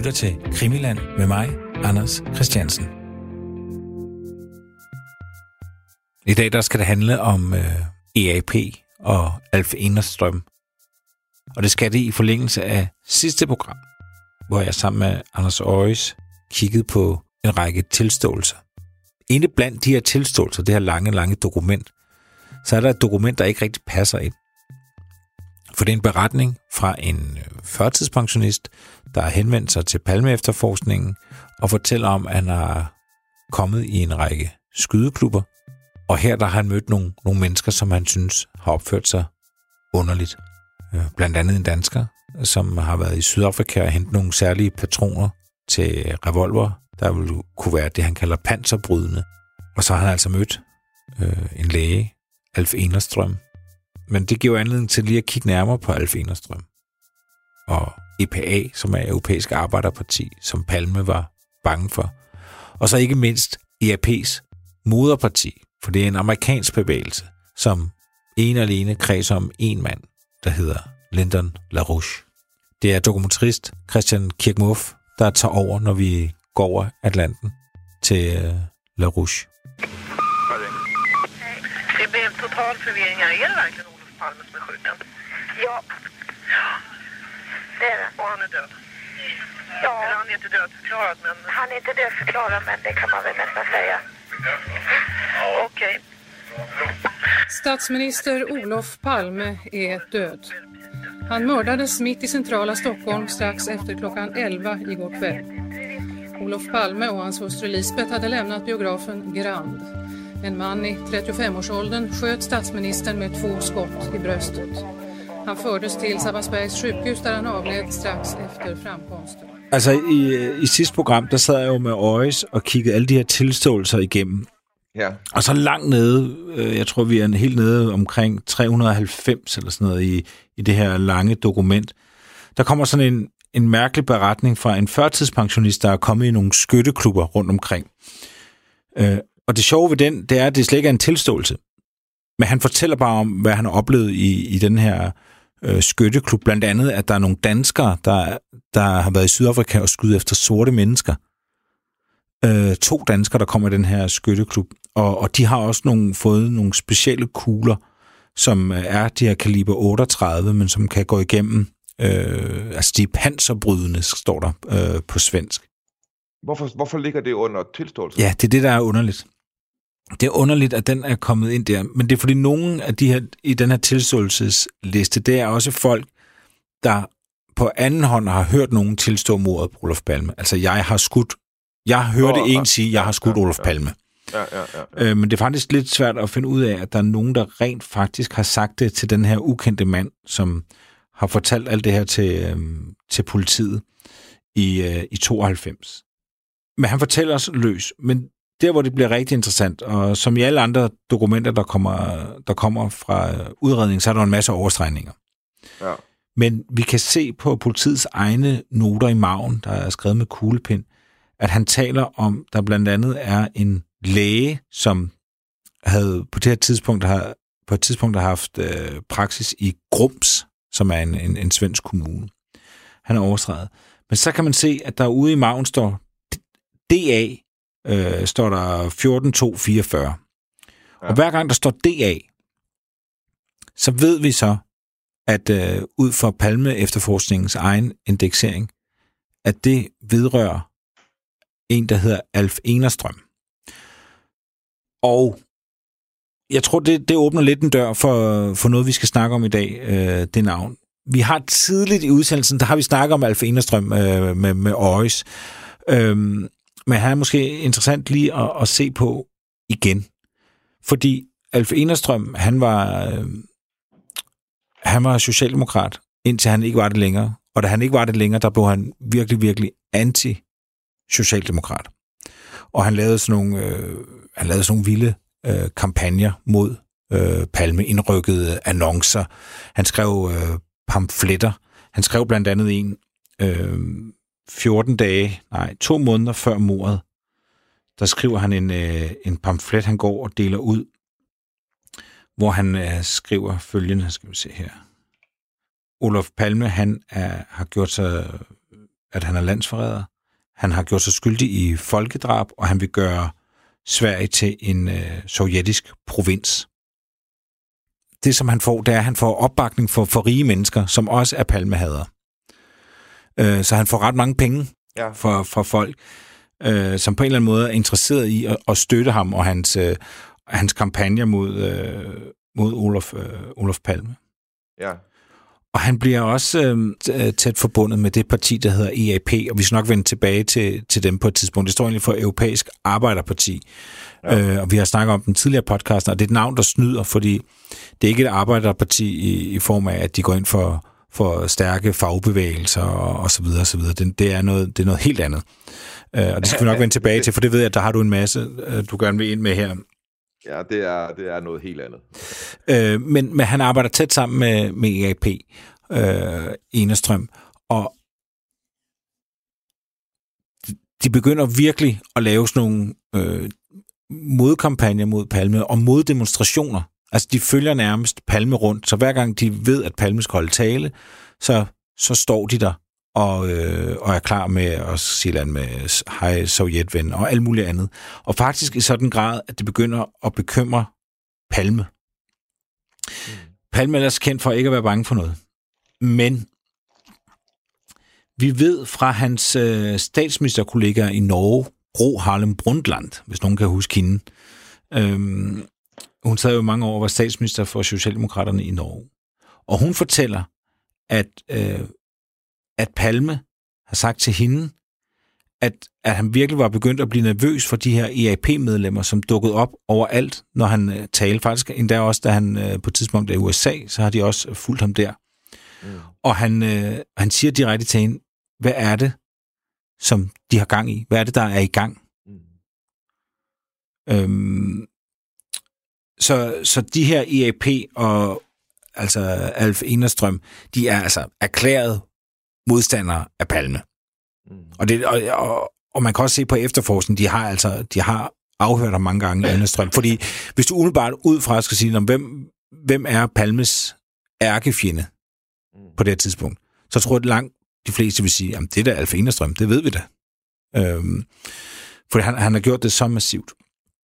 lytter til Krimiland med mig, Anders Christiansen. I dag der skal det handle om EAP og Alf Enerström. Og det skal det i forlængelse af sidste program, hvor jeg sammen med Anders Øjes kiggede på en række tilståelser. Inde blandt de her tilståelser, det her lange dokument, så er der et dokument, der ikke rigtig passer ind. For det er en beretning fra en førtidspensionist, der har henvendt sig til Palme-efterforskningen og fortæller om, at han har kommet i en række skydeklubber. Og her der har han mødt nogle mennesker, som han synes har opført sig underligt. Blandt andet en dansker, som har været i Sydafrika og hentet nogle særlige patroner til revolver, der vil kunne være det, han kalder panserbrydende. Og så har han altså mødt en læge, Alf Enerström. Men det giver anledning til lige at kigge nærmere på Alf Enerström. Og EPA, som er Europæisk Arbejderparti, som Palme var bange for. Og så ikke mindst EAP's moderparti, for det er en amerikansk bevægelse, som en og alene kredser om en mand, der hedder Lyndon LaRouche. Det er dokumentarist Christian Kirkmuff, der tager over, når vi går over Atlanten til LaRouche. Det blev total förvirring här. Är det verkligen Olof Palme som är skjuten? Ja. Det är det. Och han är död? Ja. Eller han är inte dödförklarad, men... Han är inte dödförklarad, men det kan man väl nästan säga. Okej. Statsminister Olof Palme är död. Han mördades mitt i centrala Stockholm strax efter klockan 11 igår kväll. Olof Palme och hans hustru Lisbeth hade lämnat biografen Grand. En man i 35-årsåldern sköt statsministern med 2 skott i bröstet. Han fördes till Sabbatsbergs sjukhus där han avled strax efter framkomsten. Altså i sidste program, der sad jeg jo med Øjes og kiggede alle de her tilståelser igennem. Ja. Og så langt nede, jeg tror vi er helt nede omkring 390 eller sådan noget i det her lange dokument. Der kommer sådan en mærkelig beretning fra en førtidspensionist, der er kommet i nogle skytteklubber rundt omkring. Og det sjove ved den, det er, at det slet ikke er en tilståelse. Men han fortæller bare om, hvad han har oplevet i den her skytteklub. Blandt andet, at der er nogle danskere, der har været i Sydafrika og skudt efter sorte mennesker. 2 danskere, der kommer i den her skytteklub. Og de har også fået nogle specielle kugler, som er de her kaliber 38, men som kan gå igennem. Altså de panserbrydende, står der på svensk. Hvorfor ligger det under tilståelse? Ja, det er det, der er underligt. Det er underligt, at den er kommet ind der. Men det er fordi nogle af de her, i den her tilståelsesliste, det er også folk, der på anden hånd har hørt nogen tilstå mordet på Olof Palme. Altså, jeg hørte en sige, jeg har skudt Olof Palme. Ja. Men det er faktisk lidt svært at finde ud af, at der er nogen, der rent faktisk har sagt det til den her ukendte mand, som har fortalt alt det her til politiet i 92. Men han fortæller os løs. Men der, hvor det bliver rigtig interessant, og som i alle andre dokumenter, der kommer fra udredningen, så er der en masse overstregninger. Ja. Men vi kan se på politiets egne noter i margen, der er skrevet med kuglepind, at han taler om, der blandt andet er en læge, som havde på et tidspunkt har haft praksis i Grums, som er en svensk kommune. Han er overstreget. Men så kan man se, at der ude i margen står DA, står der 14244. Ja. Og hver gang der står DA, så ved vi så, at ud fra Palme-efterforskningens egen indeksering, at det vedrører en, der hedder Alf Enerström. Og jeg tror, det åbner lidt en dør for noget, vi skal snakke om i dag, det navn. Vi har tidligt i udsendelsen, der har vi snakket om Alf Enerström med Øjes. Men han er måske interessant lige at se på igen. Fordi Alf Enerström, han var socialdemokrat, indtil han ikke var det længere. Og da han ikke var det længere, der blev han virkelig, virkelig anti-socialdemokrat. Og han lavede sådan nogle vilde kampagner mod Palme, indrykkede annoncer. Han skrev pamfletter. Han skrev blandt andet en 2 måneder før mordet. Der skriver han en pamflet, han går og deler ud, hvor han skriver følgende, skal vi se her. Olof Palme, han har gjort sig at han er landsforræder. Han har gjort sig skyldig i folkedrab, og han vil gøre Sverige til en sovjetisk provins. Det, som han får, det er, at han får opbakning for rige mennesker, som også er palmehadere. Så han får ret mange penge fra folk, som på en eller anden måde er interesseret i at støtte ham og hans kampagne mod Olof Palme. Ja. Og han bliver også tæt forbundet med det parti, der hedder EAP, og vi skal nok vende tilbage til dem på et tidspunkt. Det står egentlig for Europæisk Arbejderparti, og vi har snakket om den tidligere podcast, og det er et navn, der snyder, fordi det er ikke et arbejderparti i form af, at de går ind for stærke fagbevægelser og så videre, og så videre. Det er noget helt andet. Og det skal vi nok vende tilbage til, for det ved jeg, at der har du en masse, du gerne vil ind med her. Ja, det er noget helt andet. Men han arbejder tæt sammen med EAP, Enestrøm, og de begynder virkelig at lave sådan nogle modkampagner mod Palme og moddemonstrationer. Altså, de følger nærmest Palme rundt, så hver gang de ved, at Palme skal holde tale, så står de der og er klar med at sige med hej sovjetven og alt muligt andet. Og faktisk i sådan en grad, at det begynder at bekymre Palme. Palme er ellers kendt for ikke at være bange for noget. Men vi ved fra hans statsministerkollegaer i Norge, Gro Harlem Brundtland, hvis nogen kan huske hende. Hun sad jo mange år og var statsminister for Socialdemokraterne i Norge. Og hun fortæller, at Palme har sagt til hende, at han virkelig var begyndt at blive nervøs for de her EAP-medlemmer, som dukkede op overalt, når han talte. Faktisk endda også, da han på et tidspunkt er i USA, så har de også fulgt ham der. Og han siger direkte til hende, hvad er det, som de har gang i? Hvad er det, der er i gang? Så de her EAP og altså Alf Enestrøm, de er altså erklæret modstandere af Palme. Og man kan også se på efterforskningen, de har afhørt ham mange gange, Enestrøm. Fordi hvis du umiddelbart udefra skal sige, hvem er Palmes ærkefjende på det her tidspunkt, så tror jeg, langt de fleste vil sige, at det er da Alf Enestrøm, det ved vi da. For han har gjort det så massivt.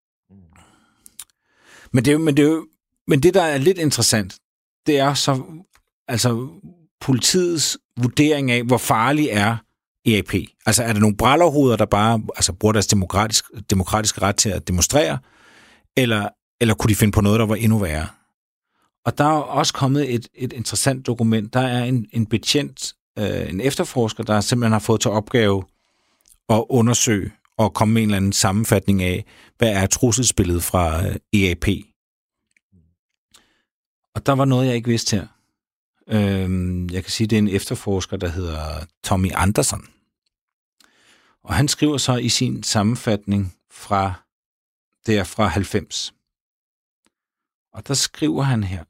Men det, der er lidt interessant, det er så altså politiets vurdering af, hvor farlig er EAP. Altså er der nogle brællerhoveder, der bare bruger deres demokratiske ret til at demonstrere, eller kunne de finde på noget, der var endnu værre? Og der er også kommet et interessant dokument. Der er en betjent, en efterforsker, der simpelthen har fået til opgave at undersøge og komme med en eller anden sammenfatning af, hvad er trusselsbilledet fra EAP. Og der var noget, jeg ikke vidste her. Jeg kan sige, det er en efterforsker, der hedder Tommy Andersson. Og han skriver så i sin sammenfatning fra 90. Og der skriver han her,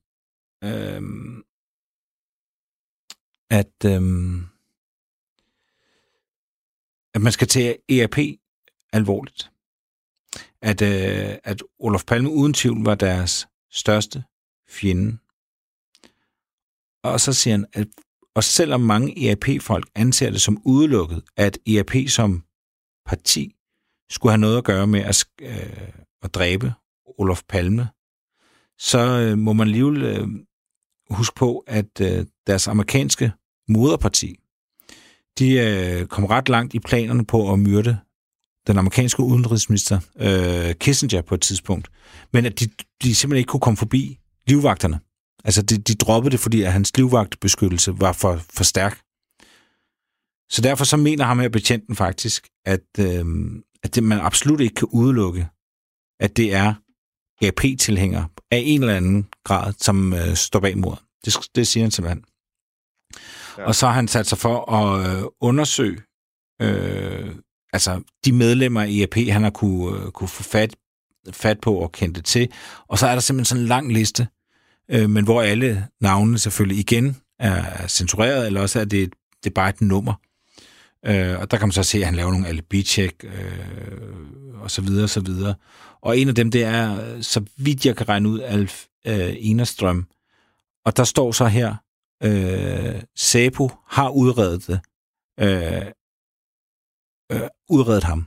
at man skal tage EAP alvorligt. At Olof Palme uden tvivl var deres største fjende. Og så siger han, at og selvom mange EAP-folk anser det som udelukket, at EAP som parti skulle have noget at gøre med at dræbe Olof Palme, så må man alligevel huske på, at deres amerikanske moderparti, de kom ret langt i planerne på at myrde den amerikanske udenrigsminister Kissinger på et tidspunkt, men at de simpelthen ikke kunne komme forbi livvagterne. Altså, de droppede det, fordi at hans livvagtbeskyttelse var for stærk. Så derfor så mener ham her betjenten faktisk, at man absolut ikke kan udelukke, at det er EAP-tilhængere af en eller anden grad, som står bag mordet. Det siger han simpelthen. Ja. Og så har han sat sig for at undersøge de medlemmer af EAP, han har kunne få fat på og kendte til. Og så er der simpelthen sådan en lang liste, men hvor alle navnene selvfølgelig igen er censureret, eller også er det bare et nummer. Og der kan man så se, at han laver nogle alibi-check, og så videre, og så videre. Og en af dem, det er, så vidt jeg kan regne ud, Alf Enestrøm. Og der står så her, SÄPO har udredet det, udredet ham.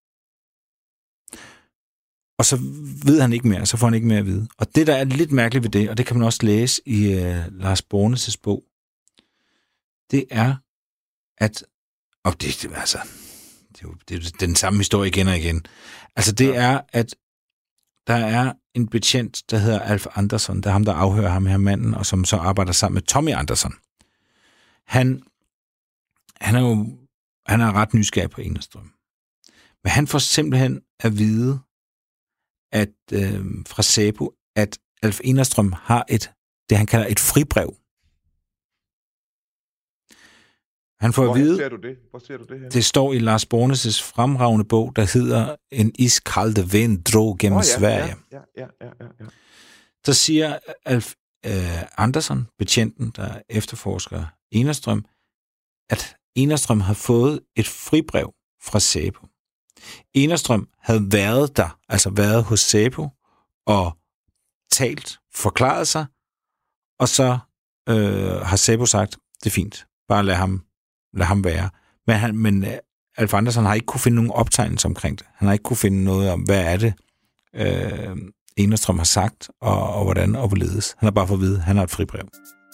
Og så ved han ikke mere, så får han ikke mere at vide. Og det, der er lidt mærkeligt ved det, og det kan man også læse i Lars Bornes' bog, det er, at... Og det er jo den samme historie igen og igen. Altså, det er, at der er en betjent, der hedder Alf Andersson. Det er ham, der afhører ham her manden, og som så arbejder sammen med Tommy Andersson. Han er ret nysgerrig på Enestrøm. Men han får simpelthen at vide, at fra Säpo, at Alf Enestrøm har det han kalder et fribrev. Han får at vide, Hvor ser du det her? Det står i Lars Bornes' fremragende bog, der hedder En iskalde vind drog gennem Sverige. Ja. Der siger Alf Andersson, betjenten, der efterforsker Enestrøm, at Enestrøm har fået et fribrev fra Säpo. Enestrøm havde været der, altså været hos Säpo, og forklaret sig, og så har Säpo sagt, det er fint, bare lad ham være. Men Alf Andersson har ikke kunne finde nogen optegnelse omkring det. Han har ikke kunne finde noget om, hvad er det, Enestrøm har sagt, og hvordan og hvorledes. Han har bare fået at vide, at han har et fribrev.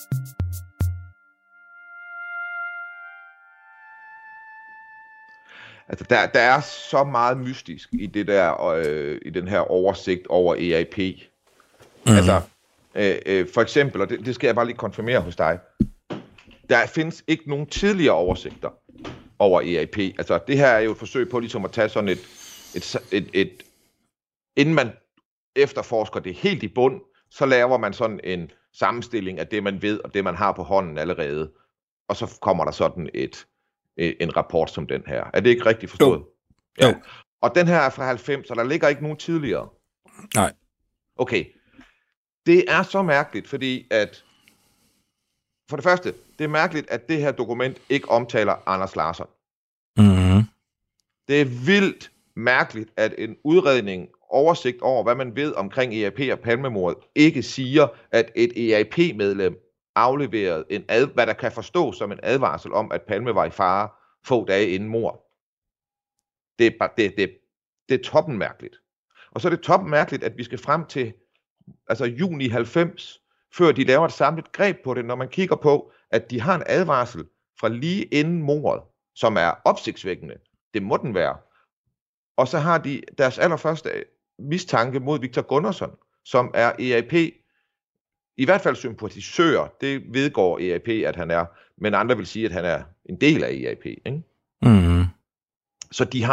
Altså, der er så meget mystisk i det der, i den her oversigt over EAP. Altså, for eksempel, og det skal jeg bare lige konfirmere hos dig, der findes ikke nogen tidligere oversigter over EAP. Altså, det her er jo et forsøg på ligesom at tage sådan et inden man efterforsker det helt i bund, så laver man sådan en sammenstilling af det, man ved, og det, man har på hånden allerede. Og så kommer der sådan en rapport som den her. Er det ikke rigtigt forstået? Jo. Ja. Og den her er fra 90, så der ligger ikke nogen tidligere. Nej. Okay. Det er så mærkeligt, fordi at for det første, det er mærkeligt, at det her dokument ikke omtaler Anders Larsson. Mm-hmm. Det er vildt mærkeligt, at en udredning, oversigt over, hvad man ved omkring EAP og Palmemordet, ikke siger, at et EAP-medlem afleverede hvad der kan forstås som en advarsel om, at Palme var i fare få dage inden mord. Det er toppen mærkeligt. Og så er det toppen mærkeligt, at vi skal frem til juni 90, før de laver et samlet greb på det, når man kigger på, at de har en advarsel fra lige inden mordet, som er opsigtsvækkende. Det må den være. Og så har de deres allerførste mistanke mod Victor Gunnarsson, som er EAP, i hvert fald sympatisør. Det vedgår EAP, at han er, men andre vil sige, at han er en del af EAP. Ikke? Mm-hmm. Så de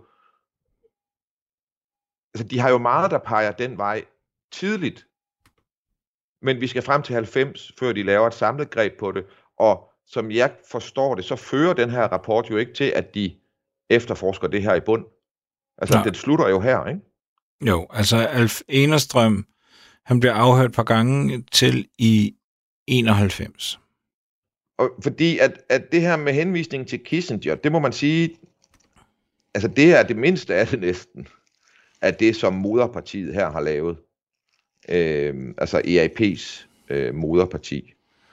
har jo meget, der peger den vej tidligt. Men vi skal frem til 90, før de laver et samlet greb på det. Og som jeg forstår det, så fører den her rapport jo ikke til, at de efterforsker det her i bund. Altså, det slutter jo her, ikke? Jo, altså Alf Enestrøm, han bliver afhørt et par gange til i 91. Og fordi at det her med henvisning til Kissinger, det må man sige, altså det er det mindste af det næsten, af det, som moderpartiet her har lavet. Altså EAP's moderparti.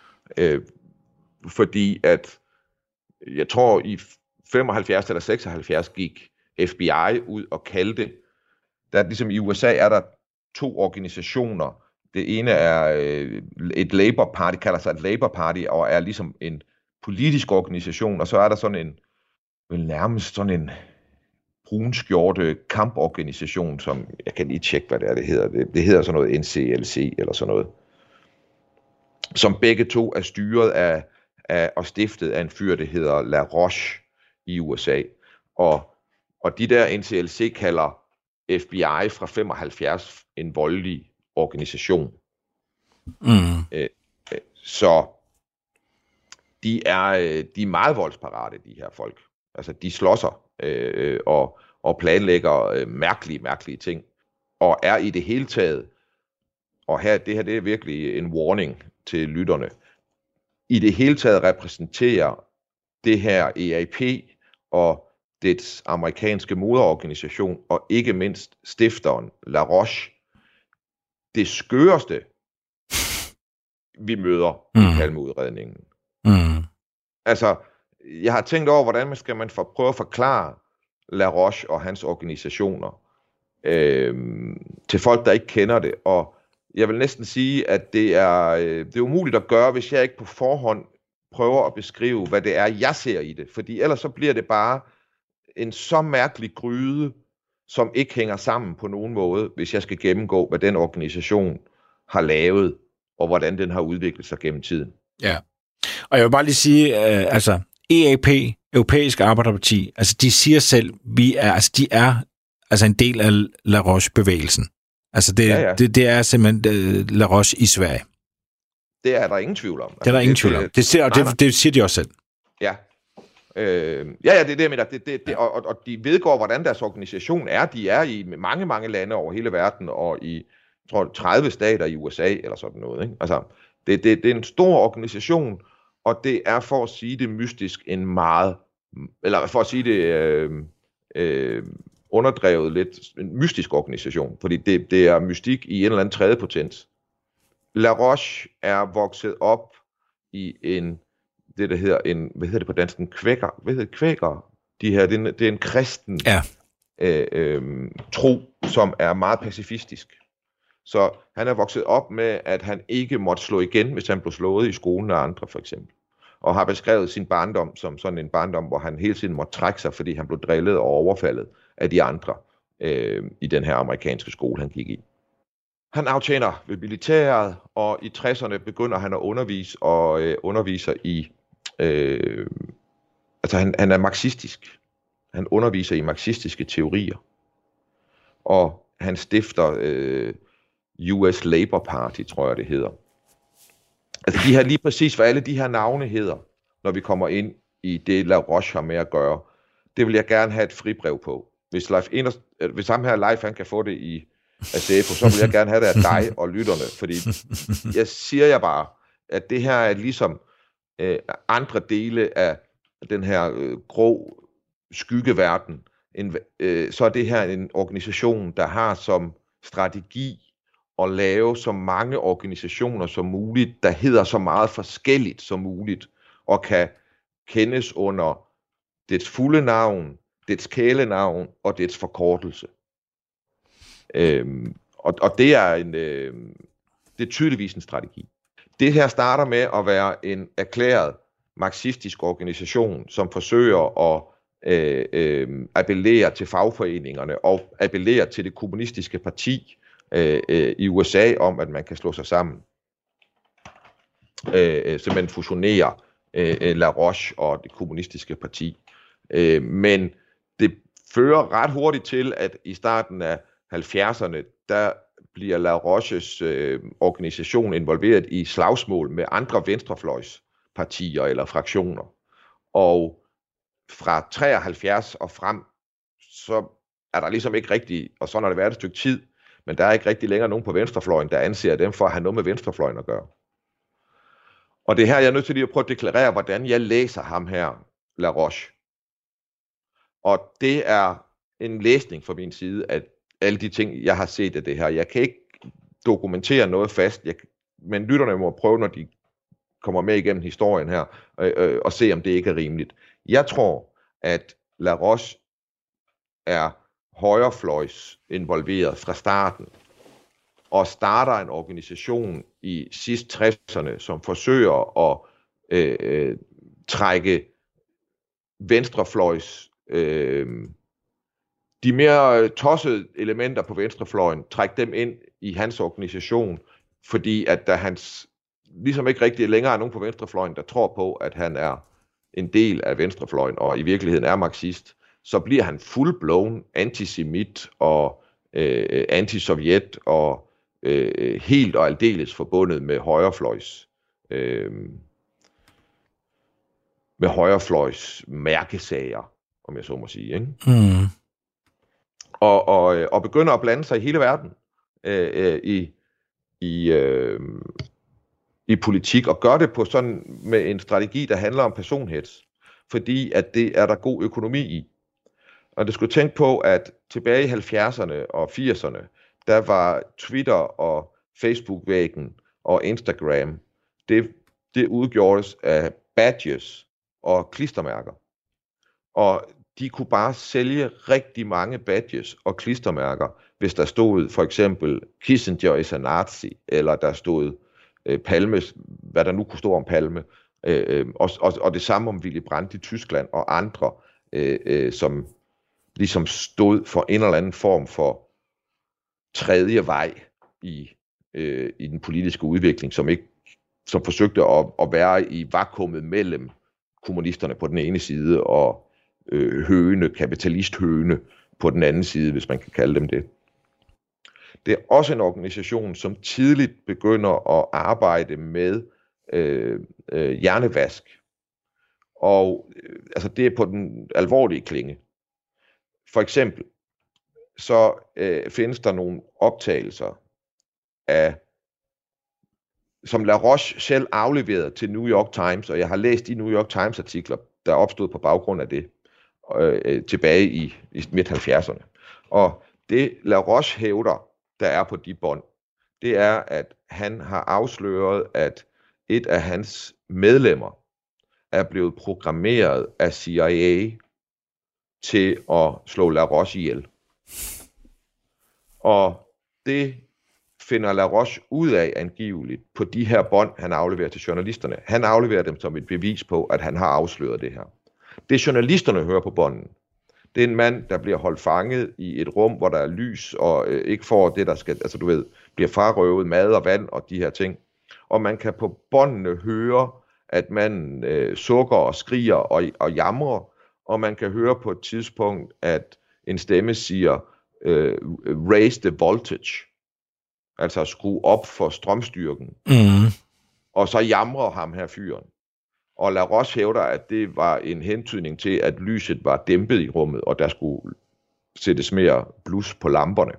Fordi at, jeg tror i 75 eller 76 gik FBI ud og kaldte, der ligesom i USA er der 2 organisationer. Det ene er et Labour Party, kalder sig et Labour Party, og er ligesom en politisk organisation, og så er der sådan nærmest sådan en brunskjorte kamporganisation, som, jeg kan lige tjekke, hvad det hedder. Det hedder sådan noget NCLC, eller sådan noget. Som begge to er styret af og stiftet af en fyr, der hedder La Roche i USA. Og de der NCLC kalder FBI fra 75 en voldelig organisation. Mm. Så de er meget voldsparate, de her folk. Altså, de slåsser og planlægger mærkelige ting. Og er i det hele taget, og det her det er virkelig en warning til lytterne, i det hele taget repræsenterer det her EAP og dets amerikanske moderorganisation, og ikke mindst stifteren La Roche, det skøreste, vi møder i Palmeudredningen. Mm. Altså, jeg har tænkt over, hvordan skal man prøve at forklare La Roche og hans organisationer til folk, der ikke kender det. Og jeg vil næsten sige, at det er umuligt at gøre, hvis jeg ikke på forhånd prøver at beskrive, hvad det er, jeg ser i det. Fordi ellers så bliver det bare en så mærkelig gryde, som ikke hænger sammen på nogen måde, hvis jeg skal gennemgå, hvad den organisation har lavet, og hvordan den har udviklet sig gennem tiden. Ja, og jeg vil bare lige sige, EAP, Europæisk Arbejderparti, altså de siger selv, de er en del af La Roche-bevægelsen. Altså det er simpelthen La Roche i Sverige. Det er der ingen tvivl om. Det er der ingen tvivl om. Det siger de også selv. Ja. Det er det, jeg mener. Og de vedgår, hvordan deres organisation er. De er i mange, mange lande over hele verden, og i 30 stater i USA, eller sådan noget. Ikke? Altså, det er en stor organisation, og det er, for at sige det mystisk, eller for at sige det underdrevet lidt, en mystisk organisation, fordi det er mystik i en eller anden tredje potens. La Roche er vokset op i det der hedder hvad hedder det på dansk, kvæker, det er en kristen tro, som er meget pacifistisk. Så han er vokset op med, at han ikke måtte slå igen, hvis han blev slået i skolen af andre, for eksempel. Og har beskrevet sin barndom som sådan en barndom, hvor han hele tiden måtte trække sig, fordi han blev drillet og overfaldet af de andre i den her amerikanske skole, han gik i. Han aftjener ved militæret, og i 60'erne begynder han at undervise, og underviser i... han er marxistisk. Han underviser i marxistiske teorier. Og han stifter US Labour Party, tror jeg det hedder. Altså de her lige præcis, hvad alle de her navne hedder, når vi kommer ind i det, La Roche har med at gøre, det vil jeg gerne have et fribrev på. Hvis ham her Leif, han kan få det i ASEFO, så vil jeg gerne have det af dig og lytterne, fordi jeg siger bare, at det her er ligesom andre dele af den her grå skyggeverden, så er det her en organisation, der har som strategi at lave så mange organisationer som muligt, der hedder så meget forskelligt som muligt, og kan kendes under dets fulde navn, dets kælenavn og dets forkortelse. Og det er det er tydeligvis en strategi. Det her starter med at være en erklæret marxistisk organisation, som forsøger at appellere til fagforeningerne og appellere til det kommunistiske parti i USA om, at man kan slå sig sammen. Simpelthen fusionere La Roche og det kommunistiske parti. Men det fører ret hurtigt til, at i starten af 70'erne, der bliver La Roches organisation involveret i slagsmål med andre venstrefløjspartier eller fraktioner. Og fra 73 og frem, så er der ligesom ikke rigtig, og sådan har det været et stykke tid, men der er ikke rigtig længere nogen på venstrefløjen, der anser dem for at have noget med venstrefløjen at gøre. Og det her, jeg er nødt til lige at prøve at deklarere, hvordan jeg læser ham her, La Roche. Og det er en læsning fra min side af alle de ting, jeg har set af det her. Jeg kan ikke dokumentere noget fast, men lytterne må prøve, når de kommer med igennem historien her, og se, om det ikke er rimeligt. Jeg tror, at La Roche er højrefløjs involveret fra starten, og starter en organisation i sidst 60'erne, som forsøger at trække venstrefløjs, de mere tossede elementer på venstrefløjen, trække dem ind i hans organisation, fordi at der hans ligesom ikke rigtig længere er nogen på venstrefløjen, der tror på, at han er en del af venstrefløjen, og i virkeligheden er marxist, så bliver han full-blown antisemit og antisovjet og helt og aldeles forbundet med højrefløjs mærkesager, om jeg så må sige, ikke? Mm. Og begynder at blande sig i hele verden i politik, og gør det på sådan med en strategi, der handler om personhets, fordi at det er der god økonomi i. Og det skulle tænke på, at tilbage i 70'erne og 80'erne, der var Twitter og Facebook-væggen og Instagram, det udgjordes af badges og klistermærker. Og de kunne bare sælge rigtig mange badges og klistermærker, hvis der stod for eksempel Kissinger is a Nazi, eller der stod Palmes, hvad der nu kunne stå om Palme, og det samme om Willy Brandt i Tyskland og andre, som ligesom stod for en eller anden form for tredje vej i den politiske udvikling, som forsøgte at være i vakuumet mellem kommunisterne på den ene side og kapitalisthøne på den anden side, hvis man kan kalde dem det. Det er også en organisation, som tidligt begynder at arbejde med hjernevask. Og altså det er på den alvorlige klinge. For eksempel, så findes der nogle optagelser som LaRoche selv afleverede til New York Times, og jeg har læst de New York Times artikler, der opstod på baggrund af det, tilbage i midt-70'erne. Og det LaRoche hævder, der er på de bånd, det er, at han har afsløret, at et af hans medlemmer er blevet programmeret af CIA til at slå LaRoche ihjel. Og det finder LaRoche ud af angiveligt på de her bånd, han afleverer til journalisterne. Han afleverer dem som et bevis på, at han har afsløret det her. Det journalisterne hører på bånden, det er en mand, der bliver holdt fanget i et rum, hvor der er lys, og ikke får det, der skal, altså du ved, bliver frarøvet mad og vand og de her ting. Og man kan på båndene høre, at man sukker og skriger og jamrer, og man kan høre på et tidspunkt, at en stemme siger, raise the voltage, altså skrue op for strømstyrken. Og så jamrer ham her fyren. Og LaRoche hævder, at det var en hentydning til, at lyset var dæmpet i rummet, og der skulle sættes mere blus på lamperne.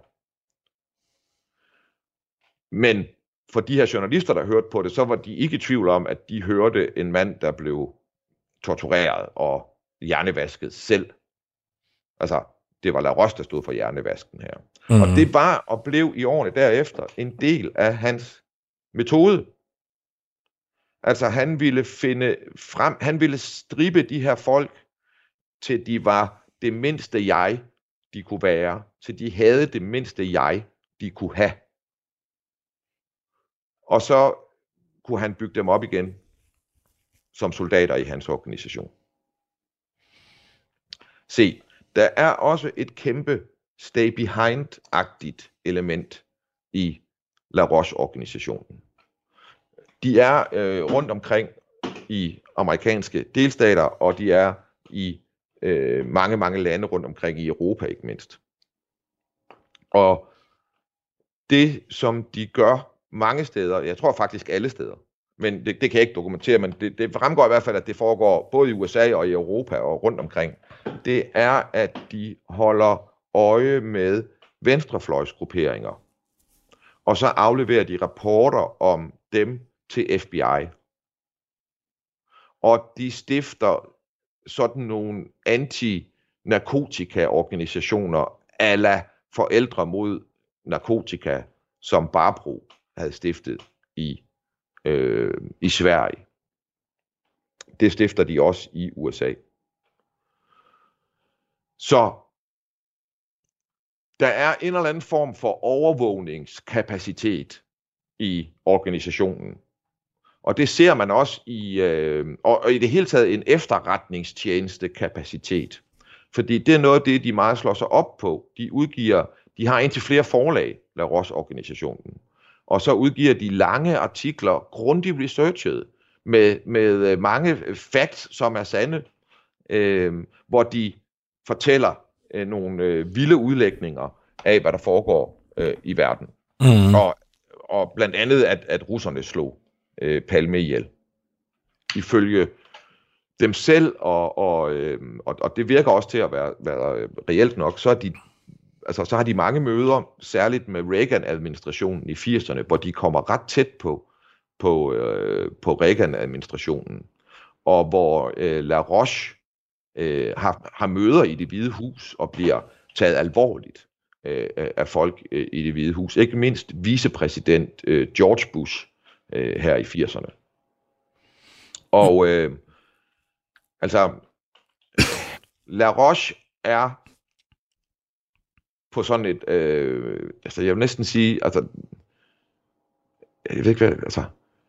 Men for de her journalister, der hørte på det, så var de ikke i tvivl om, at de hørte en mand, der blev tortureret og hjernevasket selv. Altså, det var LaRoche, der stod for hjernevasken her. Og det var og blev i årene derefter en del af hans metode. Altså han ville finde frem, han ville stribe de her folk, til de var det mindste jeg, de kunne være, til de havde det mindste jeg, de kunne have. Og så kunne han bygge dem op igen, som soldater i hans organisation. Se, der er også et kæmpe stay behind-agtigt element i LaRoche-organisationen. De er rundt omkring i amerikanske delstater, og de er i mange, mange lande rundt omkring i Europa, ikke mindst. Og det, som de gør mange steder, jeg tror faktisk alle steder, men det kan jeg ikke dokumentere, men det fremgår i hvert fald, at det foregår både i USA og i Europa og rundt omkring, det er, at de holder øje med venstrefløjsgrupperinger, og så afleverer de rapporter om dem til FBI. Og de stifter sådan nogle anti-narkotika-organisationer a la Forældre mod Narkotika, som Barbro havde stiftet i Sverige. Det stifter de også i USA. Så der er en eller anden form for overvågningskapacitet i organisationen. Og det ser man også og i det hele taget en efterretningstjeneste kapacitet. Fordi det er noget af det, de meget slår sig op på. De har indtil flere forlag, LaRoche-organisationen. Og så udgiver de lange artikler, grundigt researchet, med mange facts, som er sande, hvor de fortæller nogle vilde udlægninger af, hvad der foregår i verden. Og blandt andet, at russerne slog Palme ihjel. Ifølge dem selv, og det virker også til at være reelt nok, så har de mange møder, særligt med Reagan-administrationen i 80'erne, hvor de kommer ret tæt på Reagan-administrationen, og hvor LaRoche har møder i Det Hvide Hus og bliver taget alvorligt af folk i Det Hvide Hus. Ikke mindst vicepræsident George Bush her i 80'erne. Og La Roche er på sådan et, altså jeg vil næsten sige, altså, jeg ved ikke hvad, altså,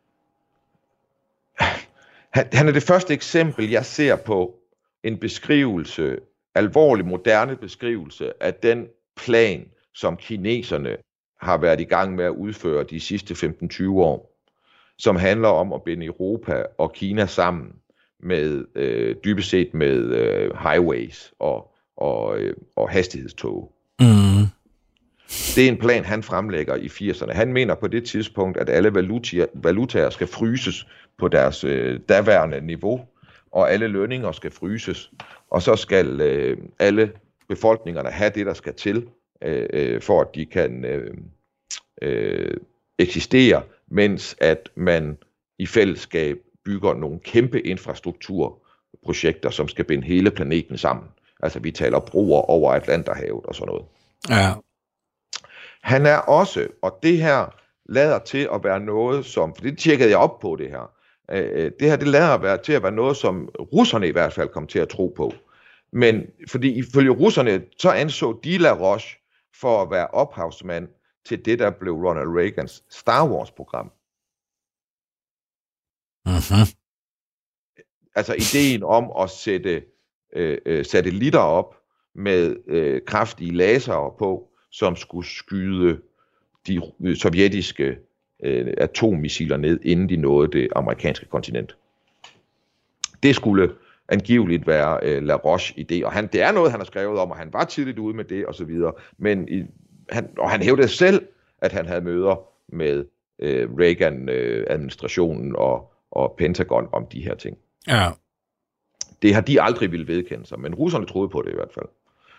han er det første eksempel, jeg ser på en beskrivelse, alvorlig moderne beskrivelse af den plan, som kineserne har været i gang med at udføre de sidste 15-20 år, som handler om at binde Europa og Kina sammen med dybest set med highways og hastighedstog. Mm. Det er en plan, han fremlægger i 80'erne. Han mener på det tidspunkt, at alle valutaer skal fryses på deres daværende niveau, og alle lønninger skal fryses, og så skal alle befolkningerne have det, der skal til, for at de kan eksistere, mens at man i fællesskab bygger nogle kæmpe infrastrukturprojekter, som skal binde hele planeten sammen. Altså vi taler broer over Atlanterhavet og sådan noget. Ja. Han er også, og det her lader til at være noget som, for det tjekkede jeg op på det her, det her det lader til at være noget, som russerne i hvert fald kom til at tro på. Men fordi ifølge russerne, så anså de La Roche for at være ophavsmand til det, der blev Ronald Reagans Star Wars-program. Mm-hmm. Altså ideen om at sætte satellitter op med kraftige lasere på, som skulle skyde de sovjetiske atommissiler ned, inden de nåede det amerikanske kontinent. Det skulle angiveligt være La Roche idé, og det er noget, han har skrevet om, og han var tidligt ude med det, og så videre, men han hævdede selv, at han havde møder med Reagan-administrationen og Pentagon om de her ting. Ja. Det har de aldrig ville vedkende sig, men russerne troede på det i hvert fald.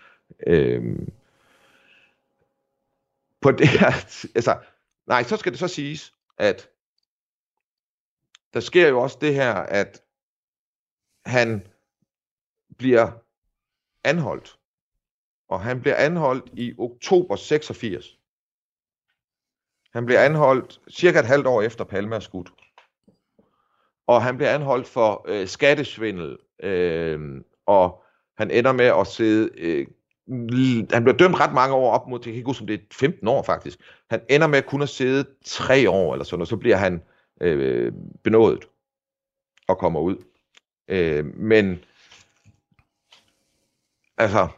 På det her, altså, nej, så skal det så siges, at der sker jo også det her, at han bliver anholdt, og han bliver anholdt i oktober 86. Han bliver anholdt cirka et halvt år efter Palme er skudt. Og han bliver anholdt for skattesvindel, og han ender med at sidde, han bliver dømt ret mange år op mod, jeg kan ikke huske, om det er 15 år faktisk. Han ender med kun at sidde 3 år eller sådan, og så bliver han benådet og kommer ud. Men altså,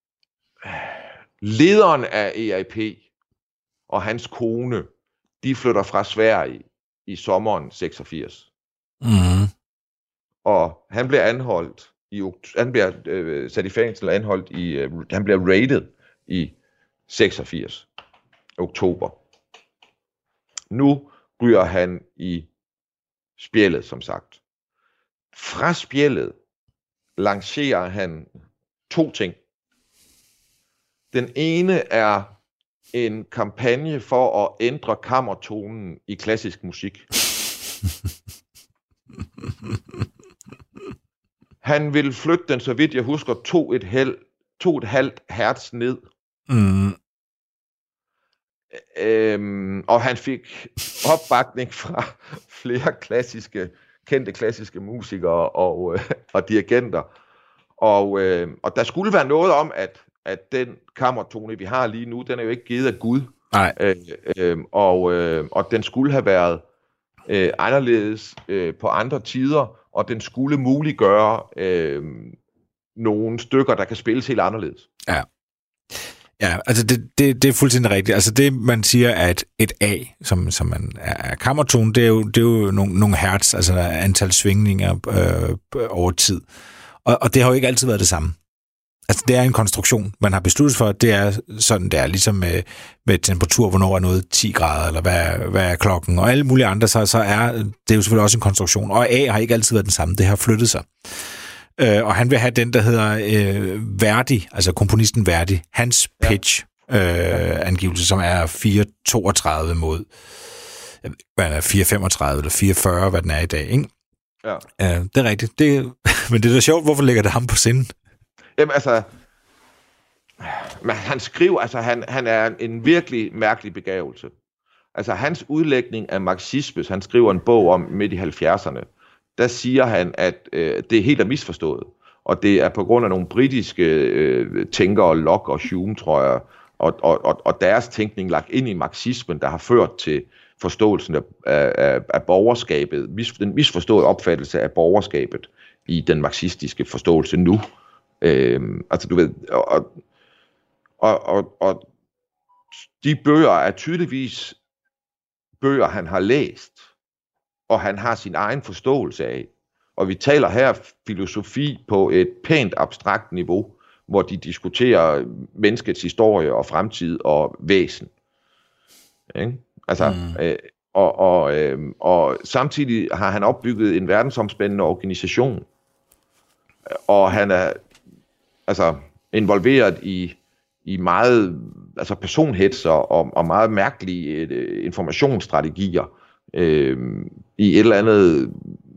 lederen af EIP og hans kone, de flytter fra Sverige i sommeren 86. Mm. Og han bliver anholdt han bliver sat i fængsel og anholdt han bliver raided i 86 oktober. Nu ryger han i spjældet, som sagt. Fra spjældet lancerer han 2 ting. Den ene er en kampagne for at ændre kammertonen i klassisk musik. Han vil flytte den, så vidt jeg husker, 2,5 hertz ned. Mm. Og han fik opbakning fra flere kendte klassiske musikere og dirigenter. Og der skulle være noget om, at den kammertone, vi har lige nu, den er jo ikke givet af Gud. Nej. Og den skulle have været anderledes på andre tider, og den skulle muliggøre nogle stykker, der kan spilles helt anderledes. Ja. Ja, altså det er fuldstændig rigtigt. Altså det, man siger, at et A, som man er kammertone, det er jo nogle hertz, altså antal svingninger over tid. Og det har jo ikke altid været det samme. Altså det er en konstruktion, man har besluttet for, det er sådan, det er ligesom med temperatur, hvornår er noget 10 grader, eller hvad er klokken, og alle mulige andre, så er det jo selvfølgelig også en konstruktion. Og A har ikke altid været den samme, det har flyttet sig. Og han vil have den, der hedder Verdi, altså komponisten Verdi, hans pitch angivelse, som er 4,32 mod, hvad er 4,35 eller 4,40, hvad den er i dag, ikke? Ja. Det er rigtigt. Men det er da sjovt, hvorfor ligger det ham på sinden? Jamen altså, han skriver, altså han er en virkelig mærkelig begavelse. Altså hans udlægning af marxisme, han skriver en bog om midt i 70'erne, der siger han, at det helt er misforstået, Og det er på grund af nogle britiske tænkere, Locke og Hume, tror jeg, og deres tænkning lagt ind i marxismen, der har ført til forståelsen af borgerskabet, den misforståede opfattelse af borgerskabet i den marxistiske forståelse nu. Altså du ved, og de bøger er tydeligvis bøger, han har læst, og han har sin egen forståelse af. Og vi taler her filosofi på et pænt abstrakt niveau, hvor de diskuterer menneskets historie og fremtid og væsen. Ikke? Altså, og samtidig har han opbygget en verdensomspændende organisation, og han er altså involveret i meget altså personhetser og meget mærkelige informationsstrategier i et eller andet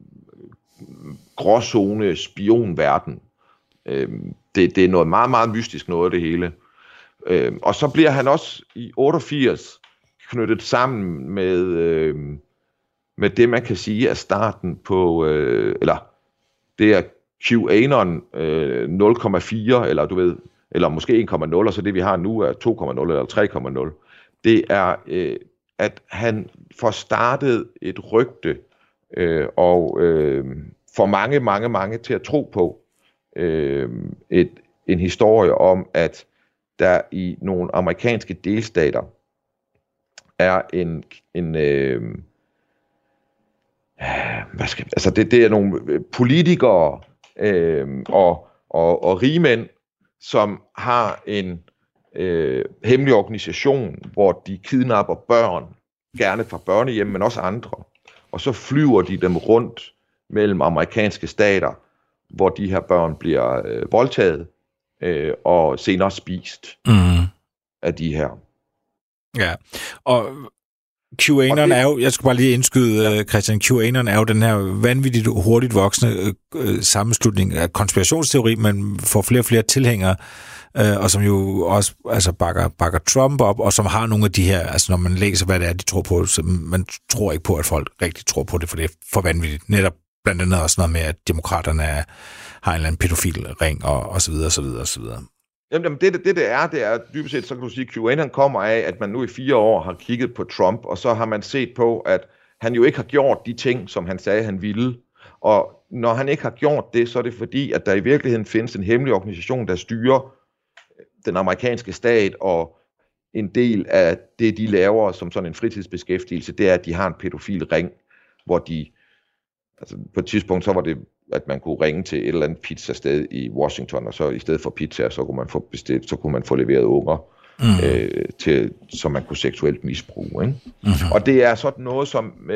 gråzone spionverden. Det er noget meget, meget mystisk noget af det hele. Og så bliver han også i 88 knyttet sammen med det, man kan sige er starten på, eller det er QAnon 0,4, eller du ved, eller måske 1,0, og så det vi har nu er 2,0 eller 3,0. Det er, at han får startet et rygte, og får mange til at tro på en historie om, at der i nogle amerikanske delstater er det er nogle politikere og rigmænd, som har en hemmelig organisation, hvor de kidnapper børn, gerne fra børnehjem, men også andre, og så flyver de dem rundt mellem amerikanske stater, hvor de her børn bliver voldtaget og senere spist af de her. Ja, og QAnon er jo, jeg skal bare lige indskyde, Christian, QAnon er jo den her vanvittigt hurtigt voksende sammenslutning af konspirationsteori, man får flere og flere tilhængere, og som jo også altså bakker Trump op, og som har nogle af de her, altså når man læser, hvad det er, de tror på, så man tror ikke på, at folk rigtig tror på det, for det er for vanvittigt. Netop blandt andet også noget med, at demokraterne har en eller anden pædofil ring, og så videre, og så videre, og så videre. Jamen det er dybest set, så kan du sige, at QAnon kommer af, at man nu i 4 år har kigget på Trump, og så har man set på, at han jo ikke har gjort de ting, som han sagde, han ville. Og når han ikke har gjort det, så er det fordi, at der i virkeligheden findes en hemmelig organisation, der styrer den amerikanske stat, og en del af det, de laver som sådan en fritidsbeskæftigelse, det er, at de har en pædofil ring, hvor de, altså på et tidspunkt, så var det, at man kunne ringe til et eller andet pizzasted i Washington, og så i stedet for pizza, så kunne man få bestilt, så kunne man få leveret unger, som man kunne seksuelt misbruge. Ikke? Mm-hmm. Og det er sådan noget som,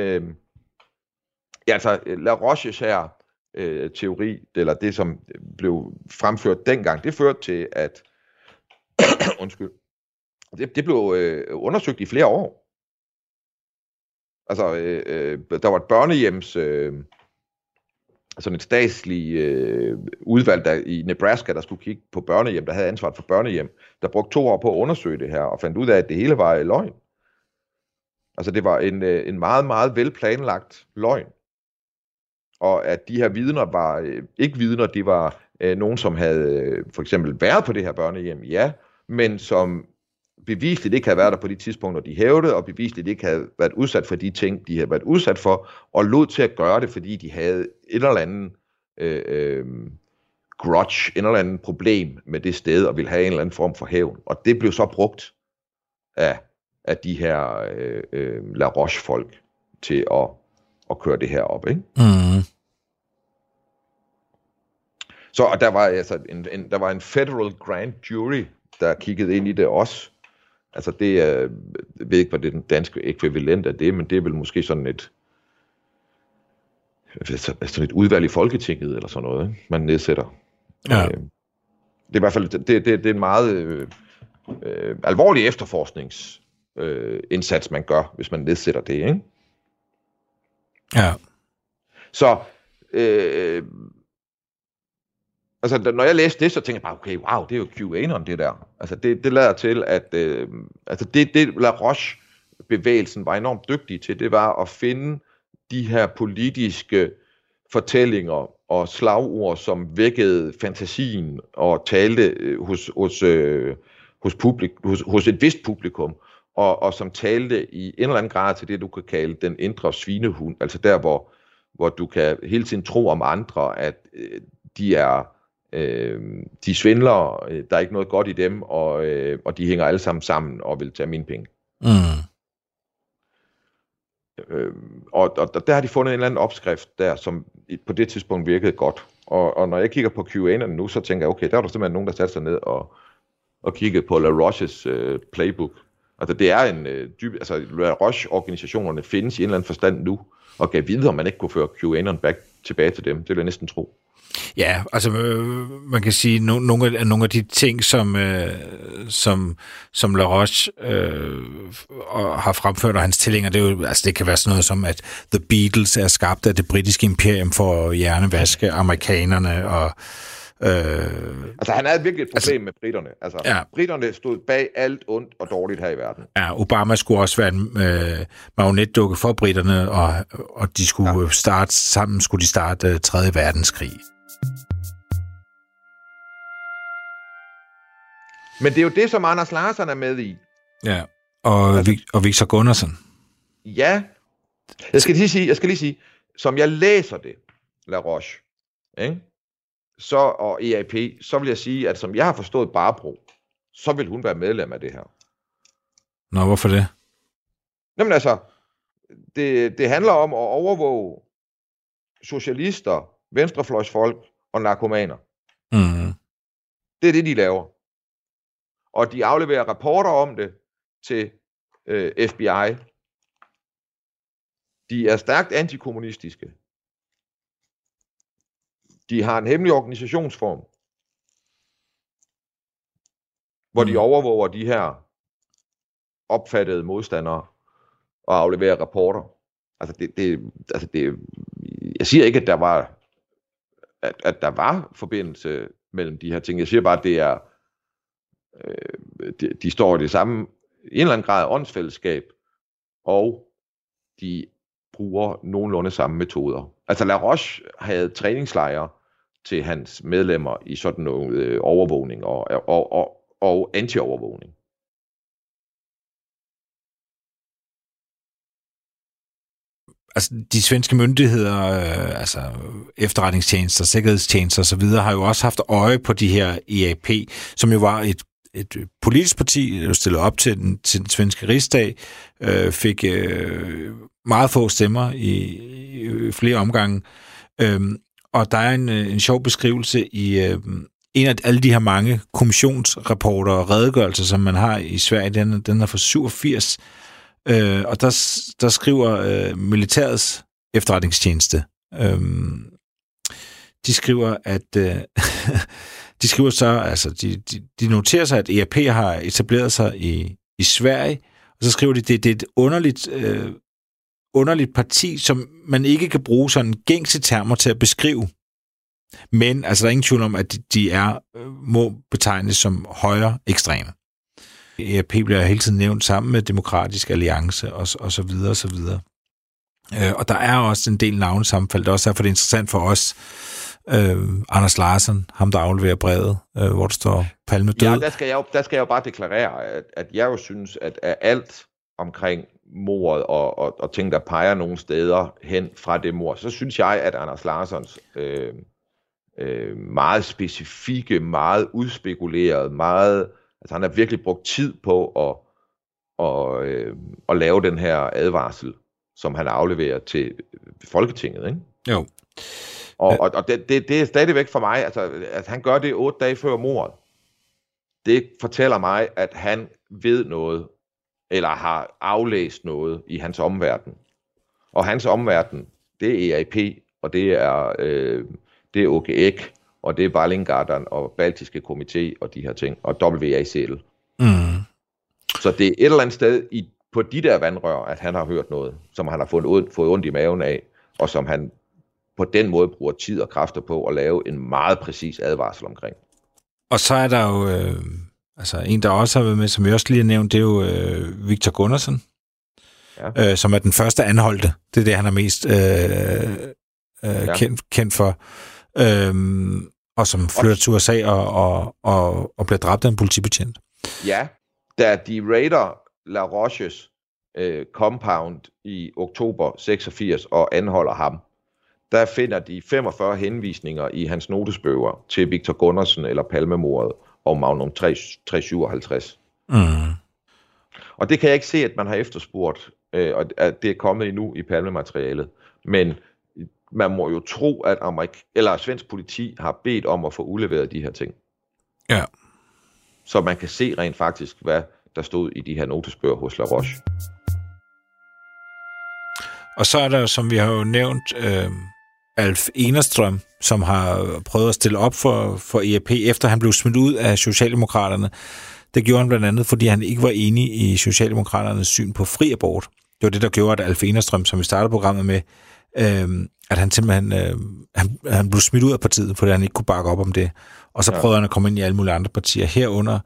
altså La Roches her teori, eller det som blev fremført dengang, det førte til, at undskyld, det blev undersøgt i flere år. Altså, der var et børnehjems, sådan et statsligt udvalg der, i Nebraska, der skulle kigge på børnehjem, der havde ansvaret for børnehjem, der brugte 2 år på at undersøge det her, og fandt ud af, at det hele var løgn. Altså, det var en meget, meget velplanlagt løgn. Og at de her vidner var ikke vidner, de var nogen, som havde for eksempel været på det her børnehjem, ja, men som bevisligt ikke havde været der på de tidspunkter, de hævdede, og bevisligt ikke havde været udsat for de ting, de havde været udsat for, og lod til at gøre det, fordi de havde et eller andet grudge, et eller andet problem med det sted, og ville have en eller anden form for hævn. Og det blev så brugt af de her La Roche-folk til at køre det her op, ikke? Mm. Så og der var altså der var en federal grand jury, der kiggede ind i det også. Altså det er, jeg ved ikke, hvad det er den danske ekvivalent af det, men det er vel måske sådan et udvalg i Folketinget, eller sådan noget, ikke? Man nedsætter. Ja. Det er i hvert fald, det er en meget alvorlig efterforskningsindsats, man gør, hvis man nedsætter det, ikke? Ja. Så, altså, når jeg læste det, så tænkte jeg bare, okay, wow, det er jo QAnon, det der. Altså, det lader til, at altså det La Roche-bevægelsen var enormt dygtig til, det var at finde de her politiske fortællinger og slagord, som vækkede fantasien og talte hos et vist publikum, og som talte i en eller anden grad til det, du kan kalde den indre svinehund, altså der, hvor du kan hele tiden tro om andre, at de svindler, der er ikke noget godt i dem, og de hænger alle sammen og vil tage mine penge. Og der har de fundet en eller anden opskrift der, som på det tidspunkt virkede godt. Og når jeg kigger på QAnon nu, så tænker jeg, okay, der er der simpelthen nogen, der satte sig ned og kiggede på La Roches playbook. Altså det er en La Roche-organisationerne findes i en eller anden forstand nu, og gav videre, om man ikke kunne føre QAnon tilbage til dem. Det vil jeg næsten tro. Ja, altså man kan sige, nogle af de ting, som La Roche har fremført, og hans tilhænger, det kan være sådan noget som, at The Beatles er skabt af det britiske imperium for at hjernevaske amerikanerne, og altså han havde virkelig et problem med britterne. Altså britterne stod bag alt ondt og dårligt her i verden. Ja, Obama skulle også være en marionetdukke for britterne, og de skulle starte 3. verdenskrig. Men det er jo det, som Anders Larsen er med i. Ja, og Victor Gunnarsson. Ja, jeg skal lige sige, som jeg læser det, La Roche, ikke? Og EAP, så vil jeg sige, at som jeg har forstået Barbro, så vil hun være medlem af det her. Nå, hvorfor det? Jamen altså, det handler om at overvåge socialister, venstrefløjsfolk og narkomaner. Mm. Det er det, de laver. Og de afleverer rapporter om det til FBI. De er stærkt antikommunistiske. De har en hemmelig organisationsform, hvor de overvåger de her opfattede modstandere og afleverer rapporter. Altså jeg siger ikke, at der var forbindelse mellem de her ting. Jeg siger bare, at det er de står i det samme, i en eller anden grad åndsfællesskab, og de bruger nogenlunde samme metoder. Altså La Roche havde træningslejre til hans medlemmer i sådan noget overvågning og anti-overvågning. Altså, de svenske myndigheder, altså efterretningstjenester, sikkerhedstjenester osv., har jo også haft øje på de her EAP, som jo var et politisk parti, der stillede op til den svenske rigsdag, fik meget få stemmer i flere omgange. Og der er en sjov beskrivelse i en af alle de her mange kommissionsrapporter og redegørelser, som man har i Sverige. Den er fra 87. Og der skriver militærets efterretningstjeneste. De skriver, at de skriver så, altså de noterer sig, at EAP har etableret sig i Sverige, og så skriver de, det er et underligt parti, som man ikke kan bruge sådan gængse termer til at beskrive. Men altså, der er ingen tvivl om, at de må betegnes som højre ekstreme. EAP bliver hele tiden nævnt sammen med Demokratisk Alliance og så videre og så videre. Og der er også en del navnesammenfald. Det er også derfor, det er interessant for os. Anders Larsen, ham der afleverer brevet, hvor der står Palme død. Ja, der skal jeg jo bare deklarere, at jeg jo synes, at alt omkring mordet og ting, der peger nogle steder hen fra det mord, så synes jeg, at Anders Larsens meget specifikke, meget udspekuleret, altså han har virkelig brugt tid på at lave den her advarsel, som han afleverer til Folketinget, ikke? Jo. Og det er stadigvæk for mig, altså at han gør det 8 dage før mordet. Det fortæller mig, at han ved noget, eller har aflæst noget i hans omverden. Og hans omverden, det er EAP, og det er OGEK, og det er Ballingarden og Baltiske Komité og de her ting, og WACL. Mm. Så det er et eller andet sted på de der vandrør, at han har hørt noget, som han har fået ondt i maven af, og som han på den måde bruger tid og kræfter på at lave en meget præcis advarsel omkring. Og så er der jo altså en, der også har været med, som vi også lige har nævnt, det er jo Victor Gunnarsson, som er den første anholdte. Det er det, han er mest kendt for. og som flytter til USA og bliver dræbt af en politibetjent. Ja, da de raider La Roches compound i oktober 86 og anholder ham, der finder de 45 henvisninger i hans notesbøger til Victor Gundersen eller Palmemordet og Magnum 357. Og det kan jeg ikke se, at man har efterspurgt, og at det er kommet endnu i Palme-materialet. Men man må jo tro, at svensk politi har bedt om at få udleveret de her ting. Ja. Så man kan se rent faktisk, hvad der stod i de her notesbøger hos La Roche. Og så er der, som vi har jo nævnt, Alf Enerström, som har prøvet at stille op for EAP, efter han blev smidt ud af Socialdemokraterne. Det gjorde han blandt andet, fordi han ikke var enig i Socialdemokraternes syn på fri abort. Det var det, der gjorde, at Alf Enerström, som vi startede programmet med, at han simpelthen han blev smidt ud af partiet, fordi han ikke kunne bakke op om det. Og så prøvede han at komme ind i alle mulige andre partier, herunder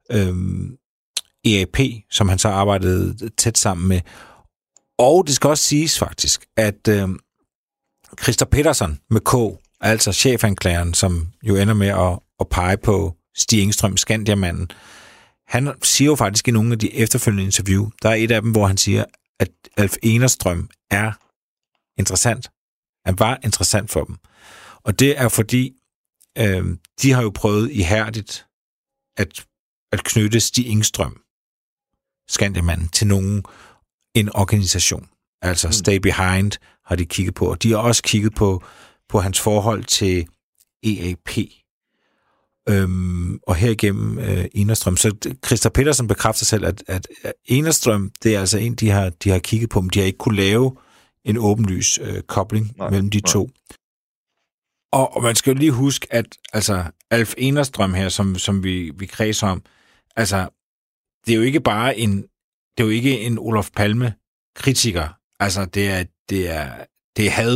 EAP, som han så arbejdede tæt sammen med. Og det skal også siges faktisk, at Christer Pettersson med K, altså chefanklageren, som jo ender med at pege på Stig Engström, Skandiamanden, han siger jo faktisk i nogle af de efterfølgende interview, der er et af dem, hvor han siger, at Alf Enerström er interessant. Han var interessant for dem. Og det er fordi, de har jo prøvet ihærdigt at knytte Stig Engström, Skandiamanden, til en organisation. Altså Stay Behind har de kigget på, og de har også kigget på hans forhold til EAP. Og herigennem Enerström. Så Christer Pettersson bekræfter selv, at Enerström, det er altså en, de har kigget på, men de har ikke kunne lave en åbenlys kobling mellem de to. Og man skal jo lige huske, at altså Alf Enerström her, som vi kredser om, altså det er jo ikke bare en Olof Palme kritiker. Altså det er had,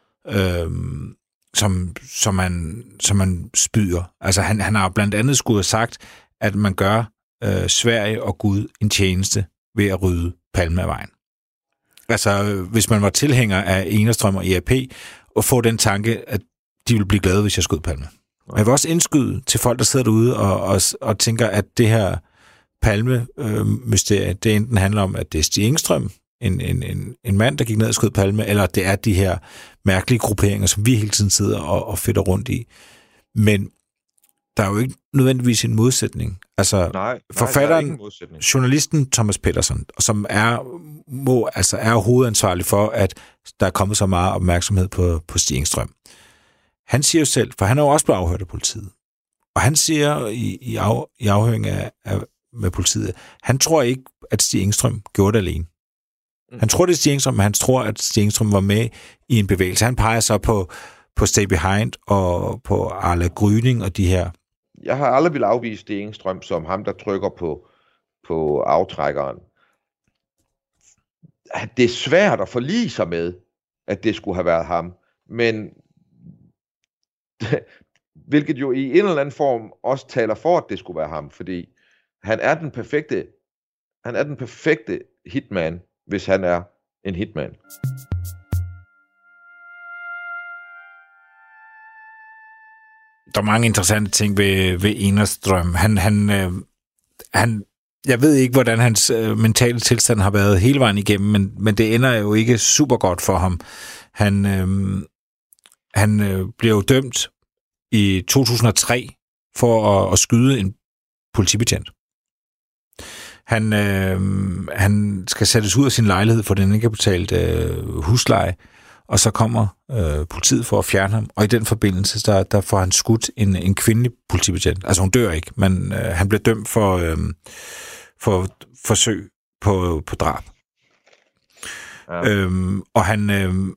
som man spyder. Altså han har blandt andet skulle have sagt, at man gør Sverige og Gud en tjeneste ved at rydde Palme af vejen. Altså hvis man var tilhænger af Enerström og EAP, og få den tanke, at de ville blive glade, hvis jeg skød Palme. Men jeg vil også indskyde til folk, der sidder derude og tænker, at det her Palme-mysterie, det enten handler om, at det er Stig Engström, en mand, der gik ned og skød Palme, eller det er de her mærkelige grupperinger, som vi hele tiden sidder og fedter rundt i. Men der er jo ikke nødvendigvis en modsætning. Altså, forfatteren, journalisten Thomas Pettersson, som er hovedansvarlig for, at der er kommet så meget opmærksomhed på Stig Engström. Han siger jo selv, for han er jo også blevet afhørt af politiet, og han siger i afhøring med politiet, han tror ikke, at Stig Engström gjorde det alene. Han tror, det er Stig Engström, men han tror, at Stig Engström var med i en bevægelse. Han peger så på Stay Behind og på Arla Gryning og de her. Jeg har aldrig vil afvise Stig Engström som ham, der trykker på aftrækkeren. Det er svært at forlige sig med, at det skulle have været ham, men hvilket jo i en eller anden form også taler for, at det skulle være ham, fordi han er den perfekte hitman, hvis han er en hitman. Der er mange interessante ting ved Enerström. Han jeg ved ikke, hvordan hans mentale tilstand har været hele vejen igennem, men det ender jo ikke super godt for ham. Han bliver jo dømt i 2003 for at skyde en politibetjent. Han skal sættes ud af sin lejlighed, for den ikke har betalt husleje, og så kommer politiet for at fjerne ham, og i den forbindelse, der får han skudt en kvindelig politibetjent. Altså hun dør ikke, men han bliver dømt for forsøg på drab. Ja. Og han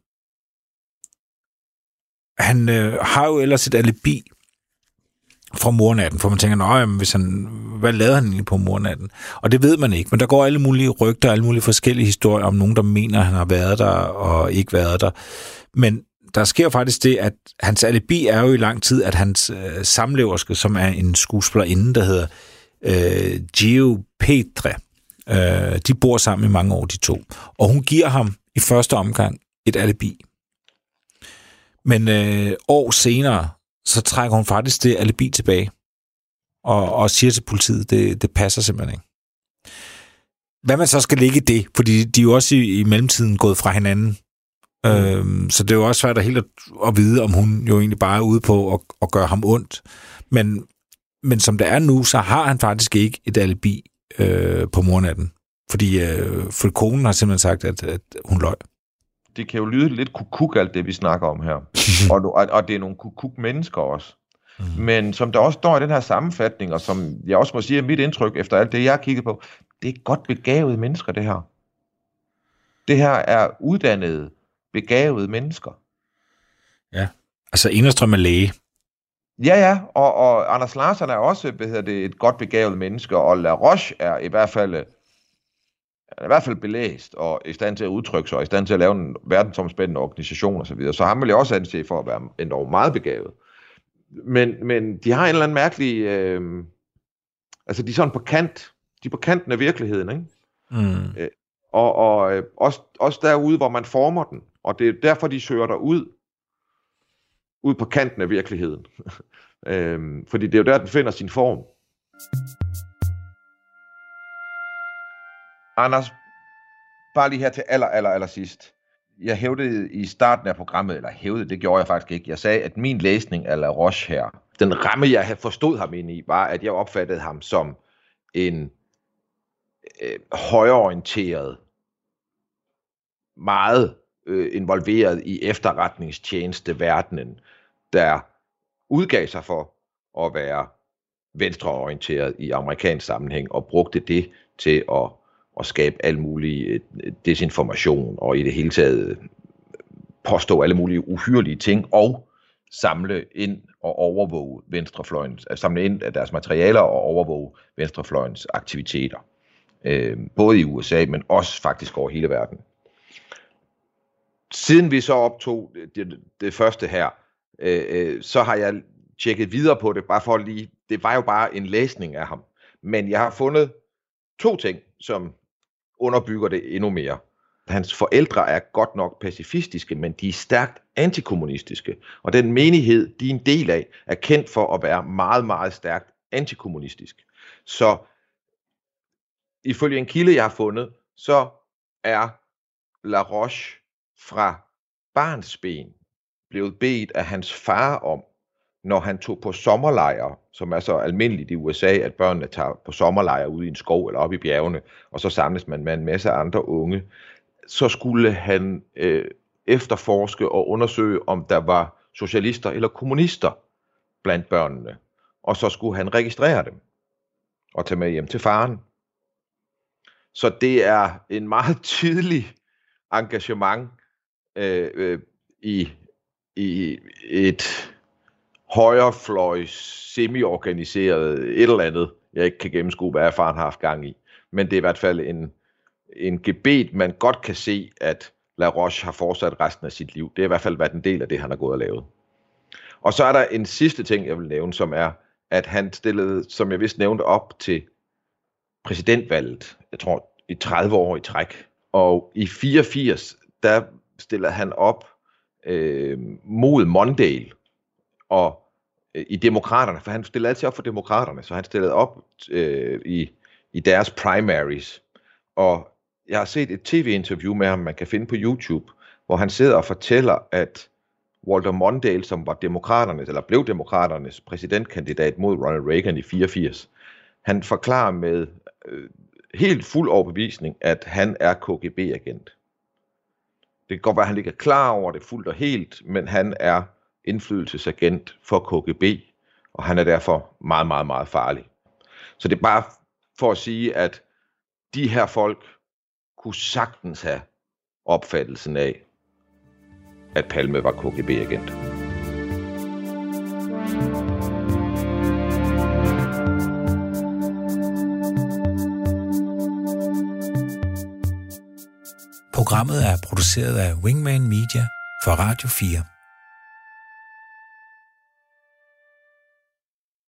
har jo ellers et alibi fra mordnatten, for man tænker, hvad lavede han egentlig på mordnatten? Og det ved man ikke, men der går alle mulige rygter, alle mulige forskellige historier om nogen, der mener, at han har været der og ikke været der. Men der sker faktisk det, at hans alibi er jo i lang tid, at hans samleverske, som er en skuespillerinde, der hedder Geo Petre, de bor sammen i mange år, de to. Og hun giver ham i første omgang et alibi. Men år senere, så trækker hun faktisk det alibi tilbage, og siger til politiet, det passer simpelthen ikke. Hvad man så skal lægge i det, fordi de er jo også i mellemtiden gået fra hinanden. Så det er jo også svært at vide, om hun jo egentlig bare er ude på at gøre ham ondt. Men som det er nu, så har han faktisk ikke et alibi på mornatten. For konen har simpelthen sagt, at hun løj. Det kan jo lyde lidt kukuk, alt det, vi snakker om her. og det er nogle kukuk-mennesker også. Men som der også står i den her sammenfatning, og som jeg også må sige er mit indtryk efter alt det, jeg har kigget på, det er godt begavede mennesker, det her. Det her er uddannede, begavede mennesker. Ja, altså Enestrøm er læge. Ja, og Anders Larsen er også et godt begavet menneske, og La Roche er i hvert fald belæst, og i stand til at udtrykke sig, og i stand til at lave en verdensomspændende organisation osv. Så han vil jeg også anse for at være endnu meget begavet. Men de har en eller anden mærkelig... altså, de er sådan på kant. De er på kanten af virkeligheden, ikke? Og også derude, hvor man former den. Og det er derfor, de søger der ud på kanten af virkeligheden. Fordi det er jo der, den finder sin form. Anders, bare lige her til aller sidst. Jeg hævdede i starten af programmet, det gjorde jeg faktisk ikke. Jeg sagde, at min læsning af La Roche her, den ramme, jeg forstod ham ind i, var, at jeg opfattede ham som en højreorienteret, meget involveret i efterretningstjenesteverdenen, der udgav sig for at være venstreorienteret i amerikansk sammenhæng, og brugte det til at skabe al mulig desinformation, og i det hele taget påstå alle mulige uhyrlige ting, og samle ind og overvåge venstrefløjens, samle ind af deres materialer og overvåge venstrefløjens aktiviteter. Både i USA, men også faktisk over hele verden. Siden vi så optog det første her, så har jeg tjekket videre på det, bare for lige, det var jo bare en læsning af ham. Men jeg har fundet 2 ting, som underbygger det endnu mere. Hans forældre er godt nok pacifistiske, men de er stærkt antikommunistiske. Og den menighed, de er en del af, er kendt for at være meget, meget stærkt antikommunistisk. Så ifølge en kilde, jeg har fundet, så er La Roche fra barnsben blevet bedt af hans far om, når han tog på sommerlejre, som er så almindeligt i USA, at børnene tager på sommerlejre ude i en skov eller op i bjergene, og så samles man med en masse andre unge, så skulle han efterforske og undersøge, om der var socialister eller kommunister blandt børnene. Og så skulle han registrere dem og tage med hjem til faren. Så det er en meget tydelig engagement i et højrefløjs semi-organiseret et eller andet, jeg ikke kan gennemskue, hvad erfaren har haft gang i. Men det er i hvert fald en gebet, man godt kan se, at La Roche har fortsat resten af sit liv. Det er i hvert fald været en del af det, han har gået og lavet. Og så er der en sidste ting, jeg vil nævne, som er, at han stillede, som jeg vist nævnte, op til præsidentvalget, jeg tror i 30 år i træk. Og i 84, der stillede han op mod Mondale og i demokraterne, for han stillede altid op for demokraterne, så han stillede op i deres primaries. Og jeg har set et tv-interview med ham, man kan finde på YouTube, hvor han sidder og fortæller, at Walter Mondale, som var blev demokraternes præsidentkandidat mod Ronald Reagan i 84, han forklarer med helt fuld overbevisning, at han er KGB-agent. Det kan godt være, at han ikke er klar over det fuldt og helt, men han er indflydelsesagent for KGB, og han er derfor meget, meget, meget farlig. Så det er bare for at sige, at de her folk kunne sagtens have opfattelsen af, at Palme var KGB-agent. Programmet er produceret af Wingman Media for Radio 4.